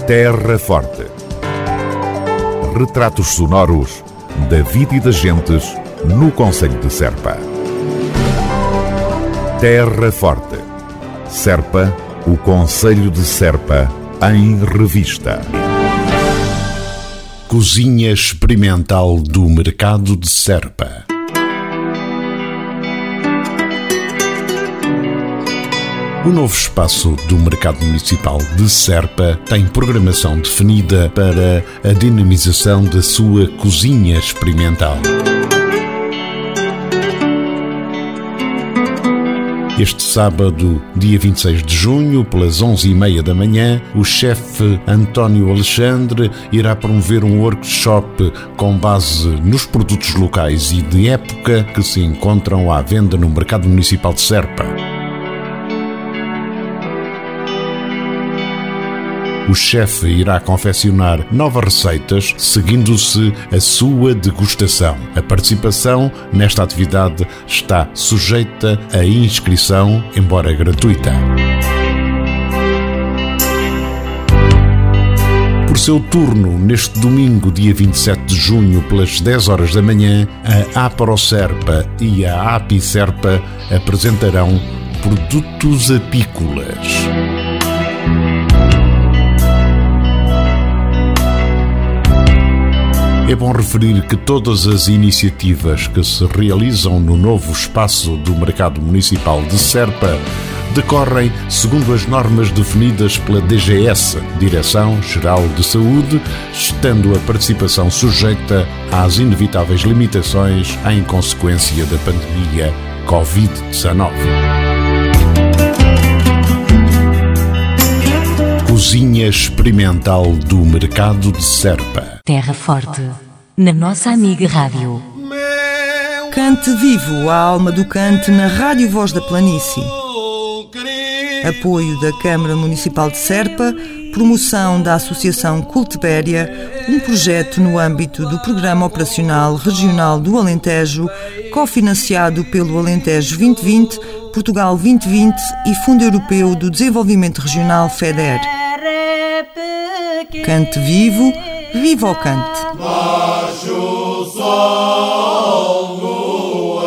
Terra Forte. Retratos sonoros da vida e das gentes no concelho de Serpa. Terra Forte. Serpa, o concelho de Serpa, em revista. Cozinha experimental do mercado de Serpa. O novo espaço do Mercado Municipal de Serpa tem programação definida para a dinamização da sua cozinha experimental. Este sábado, dia 26 de junho, pelas 11h30 da manhã, o chefe António Alexandre irá promover um workshop com base nos produtos locais e de época que se encontram à venda no Mercado Municipal de Serpa. O chefe irá confeccionar novas receitas, seguindo-se a sua degustação. A participação nesta atividade está sujeita à inscrição, embora gratuita. Por seu turno, neste domingo, dia 27 de junho, pelas 10 horas da manhã, a APROSERPA e a APISERPA apresentarão produtos apícolas. É bom referir que todas as iniciativas que se realizam no novo espaço do Mercado Municipal de Serpa decorrem segundo as normas definidas pela DGS, Direção-Geral de Saúde, estando a participação sujeita às inevitáveis limitações em consequência da pandemia Covid-19. Cozinha experimental do Mercado de Serpa. Terra Forte, na nossa amiga rádio. Cante vivo a alma do cante na Rádio Voz da Planície. Apoio da Câmara Municipal de Serpa, promoção da Associação Cultibéria, um projeto no âmbito do Programa Operacional Regional do Alentejo, cofinanciado pelo Alentejo 2020, Portugal 2020 e Fundo Europeu do Desenvolvimento Regional FEDER. Cante vivo, viva o cante. Baixo sol no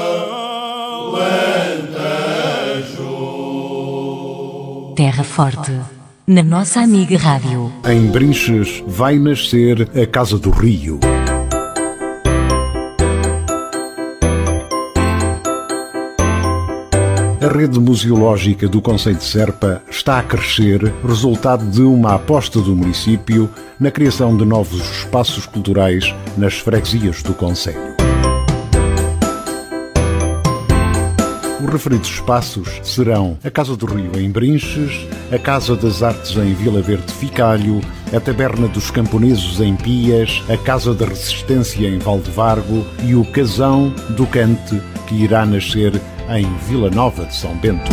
Alentejo. Terra Forte, na nossa amiga rádio. Em Brinches vai nascer a Casa do Rio. A rede museológica do concelho de Serpa está a crescer, resultado de uma aposta do município na criação de novos espaços culturais nas freguesias do concelho. Os referidos espaços serão a Casa do Rio em Brinches, a Casa das Artes em Vila Verde Ficalho, a Taberna dos Camponeses em Pias, a Casa da Resistência em Valdevargo e o Casão do Cante, que irá nascer em Vila Nova de São Bento.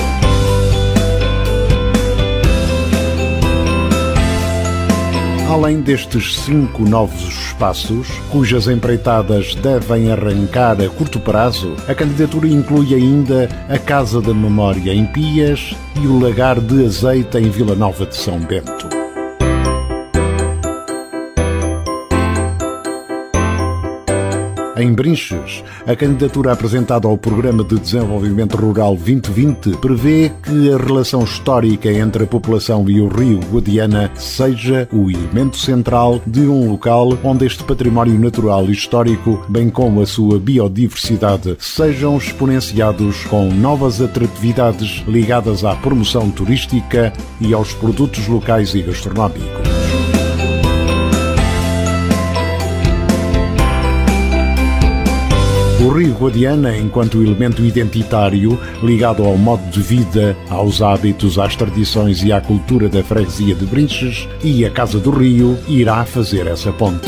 Além destes 5 novos espaços, cujas empreitadas devem arrancar a curto prazo, a candidatura inclui ainda a Casa da Memória em Pias e o Lagar de Azeite em Vila Nova de São Bento. Em Brinches, a candidatura apresentada ao Programa de Desenvolvimento Rural 2020 prevê que a relação histórica entre a população e o rio Guadiana seja o elemento central de um local onde este património natural e histórico, bem como a sua biodiversidade, sejam exponenciados com novas atratividades ligadas à promoção turística e aos produtos locais e gastronómicos. O rio Guadiana, enquanto elemento identitário, ligado ao modo de vida, aos hábitos, às tradições e à cultura da freguesia de Brinches, e a Casa do Rio irá fazer essa ponte.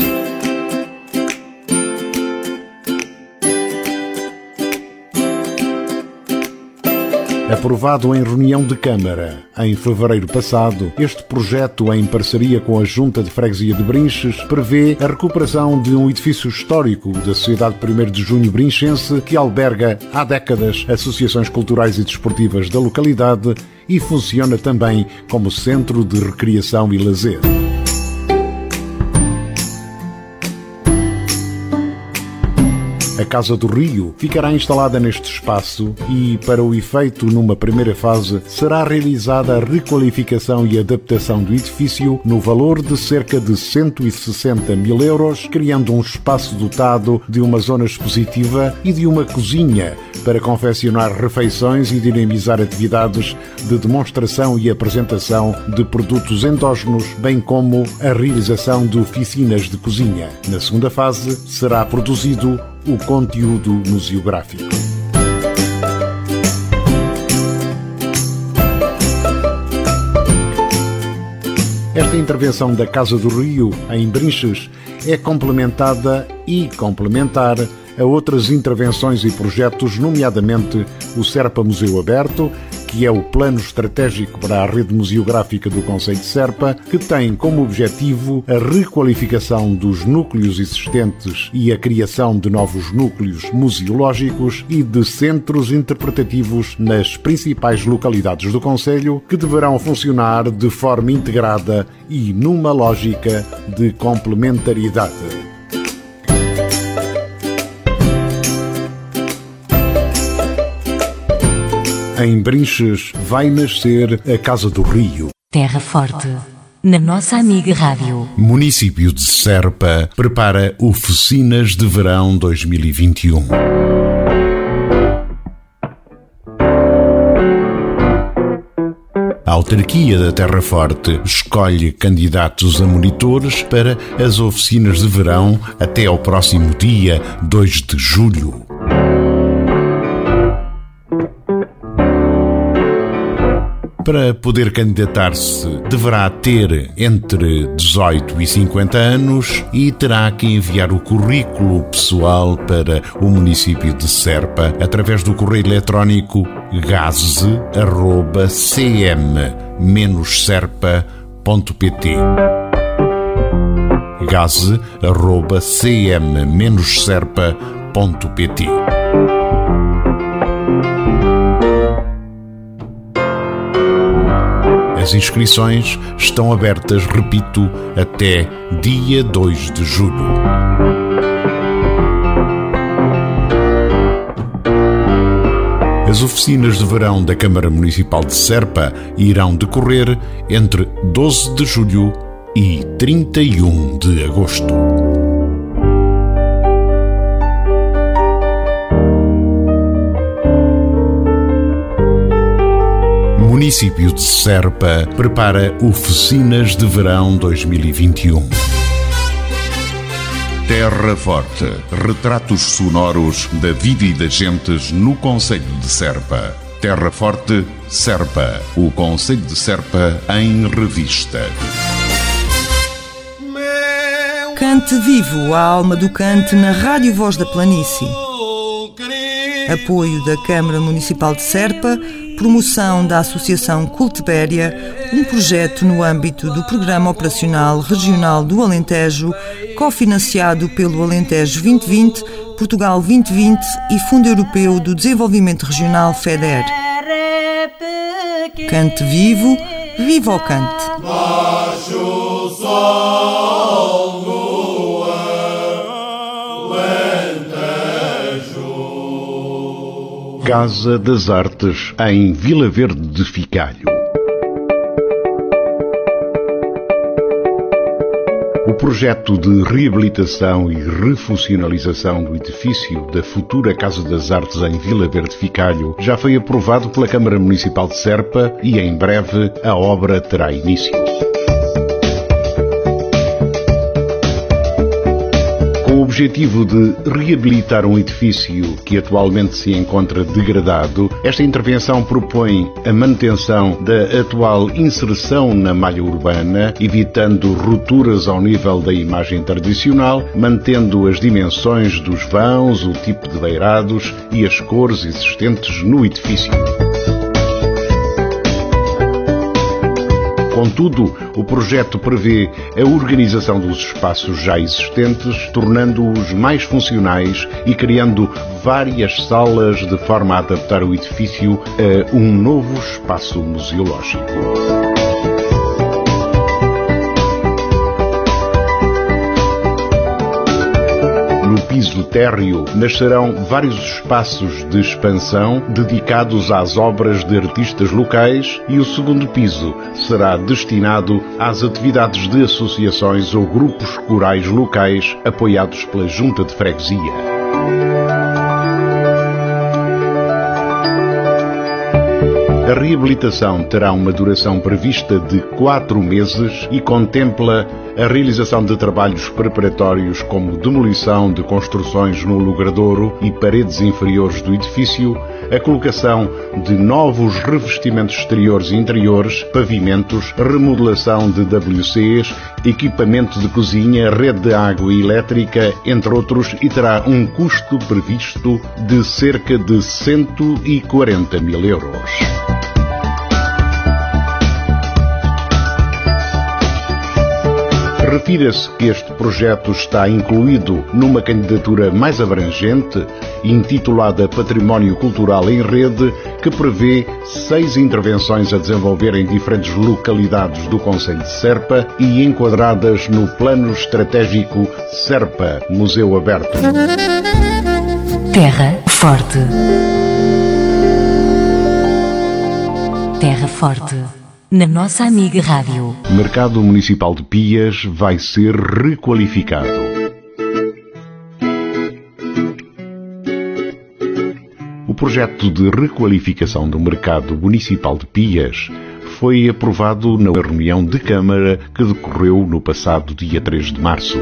Aprovado em reunião de Câmara em fevereiro passado, este projeto, em parceria com a Junta de Freguesia de Brinches, prevê a recuperação de um edifício histórico da Sociedade 1º de Junho Brinchense que alberga há décadas associações culturais e desportivas da localidade e funciona também como centro de recreação e lazer. A Casa do Rio ficará instalada neste espaço e, para o efeito, numa primeira fase, será realizada a requalificação e adaptação do edifício no valor de cerca de 160 mil euros, criando um espaço dotado de uma zona expositiva e de uma cozinha para confeccionar refeições e dinamizar atividades de demonstração e apresentação de produtos endógenos, bem como a realização de oficinas de cozinha. Na segunda fase, será produzido o conteúdo museográfico. Esta intervenção da Casa do Rio, em Brinches, é complementada e complementar a outras intervenções e projetos, nomeadamente o Serpa Museu Aberto, que é o plano estratégico para a rede museográfica do Concelho de Serpa, que tem como objetivo a requalificação dos núcleos existentes e a criação de novos núcleos museológicos e de centros interpretativos nas principais localidades do Concelho, que deverão funcionar de forma integrada e numa lógica de complementaridade. Em Brinches vai nascer a Casa do Rio. Terra Forte, na nossa amiga Rádio. Município de Serpa prepara oficinas de verão 2021. A autarquia da Terra Forte escolhe candidatos a monitores para as oficinas de verão até ao próximo dia 2 de julho. Para poder candidatar-se, deverá ter entre 18 e 50 anos e terá que enviar o currículo pessoal para o município de Serpa através do correio eletrónico gaze@cm-serpa.pt gaze@cm-serpa.pt. As inscrições estão abertas, repito, até dia 2 de julho. As oficinas de verão da Câmara Municipal de Serpa irão decorrer entre 12 de julho e 31 de agosto. Município de Serpa prepara oficinas de verão 2021. Terra Forte. Retratos sonoros da vida e das gentes no Concelho de Serpa. Terra Forte, Serpa. O Concelho de Serpa em revista. Cante vivo a alma do cante na Rádio Voz da Planície. Apoio da Câmara Municipal de Serpa, promoção da Associação Cultibéria, um projeto no âmbito do Programa Operacional Regional do Alentejo, cofinanciado pelo Alentejo 2020, Portugal 2020 e Fundo Europeu do Desenvolvimento Regional FEDER. Cante vivo, viva o cante! Baixo sol, lua, Alentejo. Casa das Artes, em Vila Verde de Ficalho. O projeto de reabilitação e refuncionalização do edifício da futura Casa das Artes em Vila Verde de Ficalho já foi aprovado pela Câmara Municipal de Serpa e em breve a obra terá início. Com o objetivo de reabilitar um edifício que atualmente se encontra degradado, esta intervenção propõe a manutenção da atual inserção na malha urbana, evitando rupturas ao nível da imagem tradicional, mantendo as dimensões dos vãos, o tipo de beirados e as cores existentes no edifício. Contudo, o projeto prevê a organização dos espaços já existentes, tornando-os mais funcionais e criando várias salas de forma a adaptar o edifício a um novo espaço museológico. No piso térreo nascerão vários espaços de expansão dedicados às obras de artistas locais e o segundo piso será destinado às atividades de associações ou grupos corais locais apoiados pela Junta de Freguesia. A reabilitação terá uma duração prevista de 4 meses e contempla a realização de trabalhos preparatórios como demolição de construções no logradouro e paredes inferiores do edifício, a colocação de novos revestimentos exteriores e interiores, pavimentos, remodelação de WCs, equipamento de cozinha, rede de água e elétrica, entre outros, e terá um custo previsto de cerca de 140 mil euros. Refira-se que este projeto está incluído numa candidatura mais abrangente, intitulada Património Cultural em Rede, que prevê 6 intervenções a desenvolver em diferentes localidades do concelho de Serpa e enquadradas no Plano Estratégico Serpa Museu Aberto. Terra Forte. Terra Forte. Na nossa amiga rádio. O Mercado Municipal de Pias vai ser requalificado. O projeto de requalificação do Mercado Municipal de Pias foi aprovado na reunião de Câmara que decorreu no passado dia 3 de março.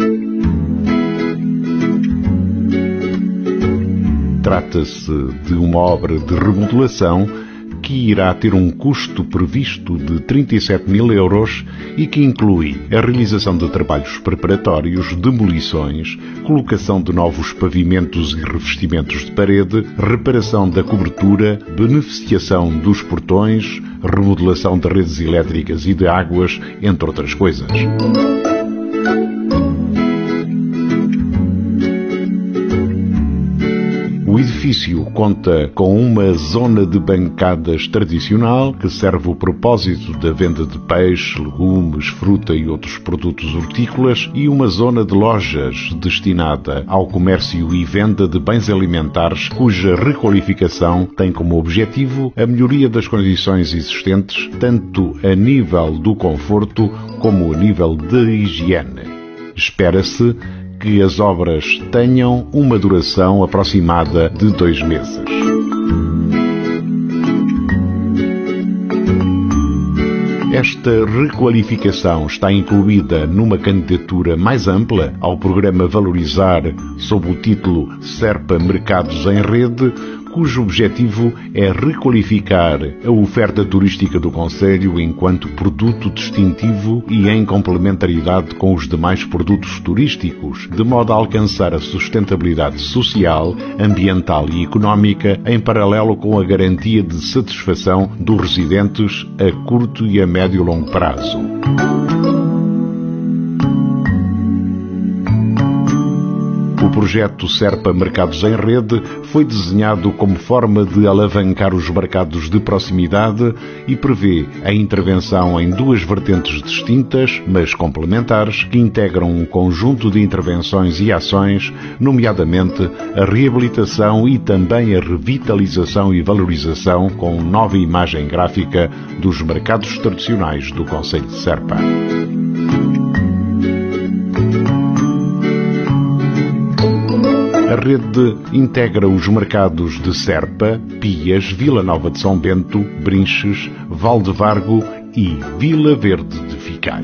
Trata-se de uma obra de remodelação que irá ter um custo previsto de 37 mil euros e que inclui a realização de trabalhos preparatórios, demolições, colocação de novos pavimentos e revestimentos de parede, reparação da cobertura, beneficiação dos portões, remodelação de redes elétricas e de águas, entre outras coisas. O edifício conta com uma zona de bancadas tradicional que serve o propósito da venda de peixe, legumes, fruta e outros produtos hortícolas e uma zona de lojas destinada ao comércio e venda de bens alimentares cuja requalificação tem como objetivo a melhoria das condições existentes tanto a nível do conforto como a nível da higiene. Espera-se que as obras tenham uma duração aproximada de 2 meses. Esta requalificação está incluída numa candidatura mais ampla ao programa Valorizar, sob o título Serpa Mercados em Rede, cujo objetivo é requalificar a oferta turística do concelho enquanto produto distintivo e em complementaridade com os demais produtos turísticos, de modo a alcançar a sustentabilidade social, ambiental e económica, em paralelo com a garantia de satisfação dos residentes a curto e a médio e longo prazo. O projeto Serpa Mercados em Rede foi desenhado como forma de alavancar os mercados de proximidade e prevê a intervenção em 2 vertentes distintas, mas complementares, que integram um conjunto de intervenções e ações, nomeadamente a reabilitação e também a revitalização e valorização com nova imagem gráfica dos mercados tradicionais do concelho de Serpa. A rede integra os mercados de Serpa, Pias, Vila Nova de São Bento, Brinches, Valdevargo e Vila Verde de Ficalho.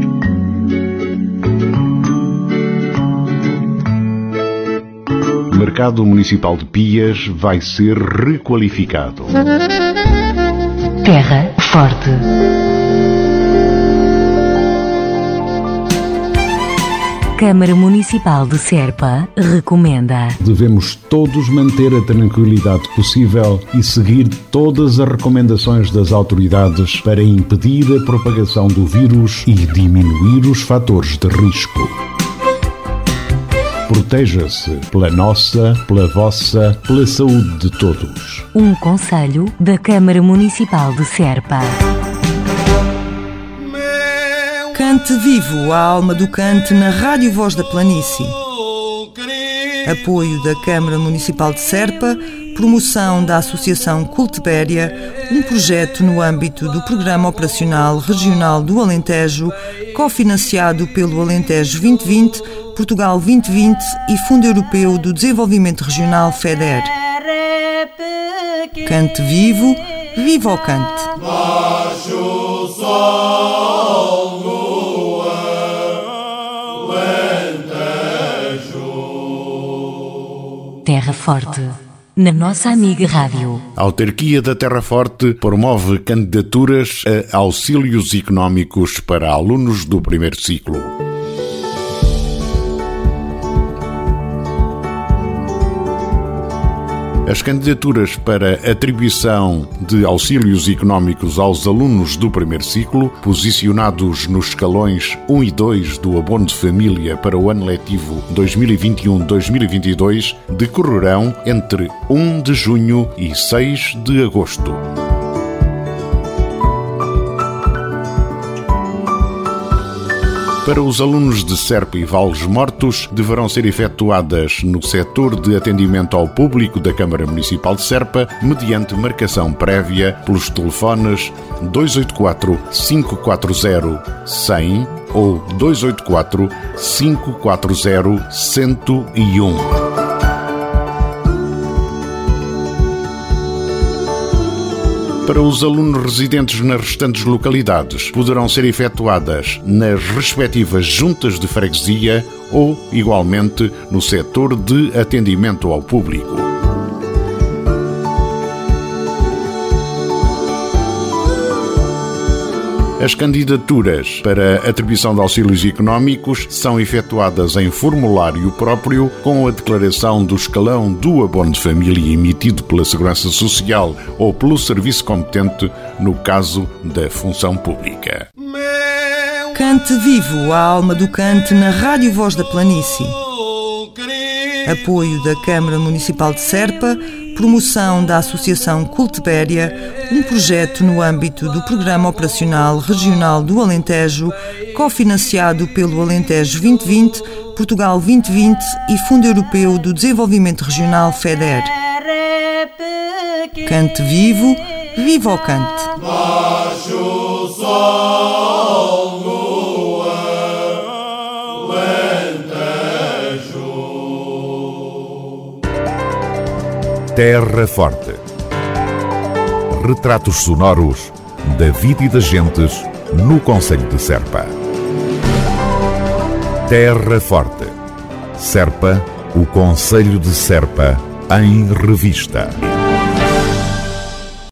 O Mercado Municipal de Pias vai ser requalificado. Terra Forte. Câmara Municipal de Serpa recomenda. Devemos todos manter a tranquilidade possível e seguir todas as recomendações das autoridades para impedir a propagação do vírus e diminuir os fatores de risco. Proteja-se pela nossa, pela vossa, pela saúde de todos. Um conselho da Câmara Municipal de Serpa. Cante vivo a alma do cante na Rádio Voz da Planície. Apoio da Câmara Municipal de Serpa, promoção da Associação Cultibéria, um projeto no âmbito do Programa Operacional Regional do Alentejo, cofinanciado pelo Alentejo 2020, Portugal 2020 e Fundo Europeu do Desenvolvimento Regional FEDER. Cante vivo, viva o cante! Baixo o sol, lua, Alentejo. Terra Forte, na nossa amiga Rádio. A autarquia da Terra Forte promove candidaturas a auxílios económicos para alunos do primeiro ciclo. As candidaturas para atribuição de auxílios económicos aos alunos do primeiro ciclo, posicionados nos escalões 1 e 2 do abono de família para o ano letivo 2021-2022, decorrerão entre 1 de junho e 6 de agosto. Para os alunos de Serpa e Vales Mortos, deverão ser efetuadas no setor de atendimento ao público da Câmara Municipal de Serpa, mediante marcação prévia pelos telefones 284 540 100 ou 284 540 101. Para os alunos residentes nas restantes localidades, poderão ser efetuadas nas respectivas juntas de freguesia ou, igualmente, no setor de atendimento ao público. As candidaturas para atribuição de auxílios económicos são efetuadas em formulário próprio com a declaração do escalão do abono de família emitido pela Segurança Social ou pelo serviço competente no caso da função pública. Cante vivo, a alma do cante na Rádio Voz da Planície. Apoio da Câmara Municipal de Serpa, promoção da Associação Cultibéria, um projeto no âmbito do Programa Operacional Regional do Alentejo, cofinanciado pelo Alentejo 2020, Portugal 2020 e Fundo Europeu do Desenvolvimento Regional FEDER. Cante vivo, viva o cante! Baixo o sol, lua, Alentejo. Terra Forte. Retratos sonoros da vida e das gentes no concelho de Serpa. Terra Forte. Serpa, o concelho de Serpa, em revista.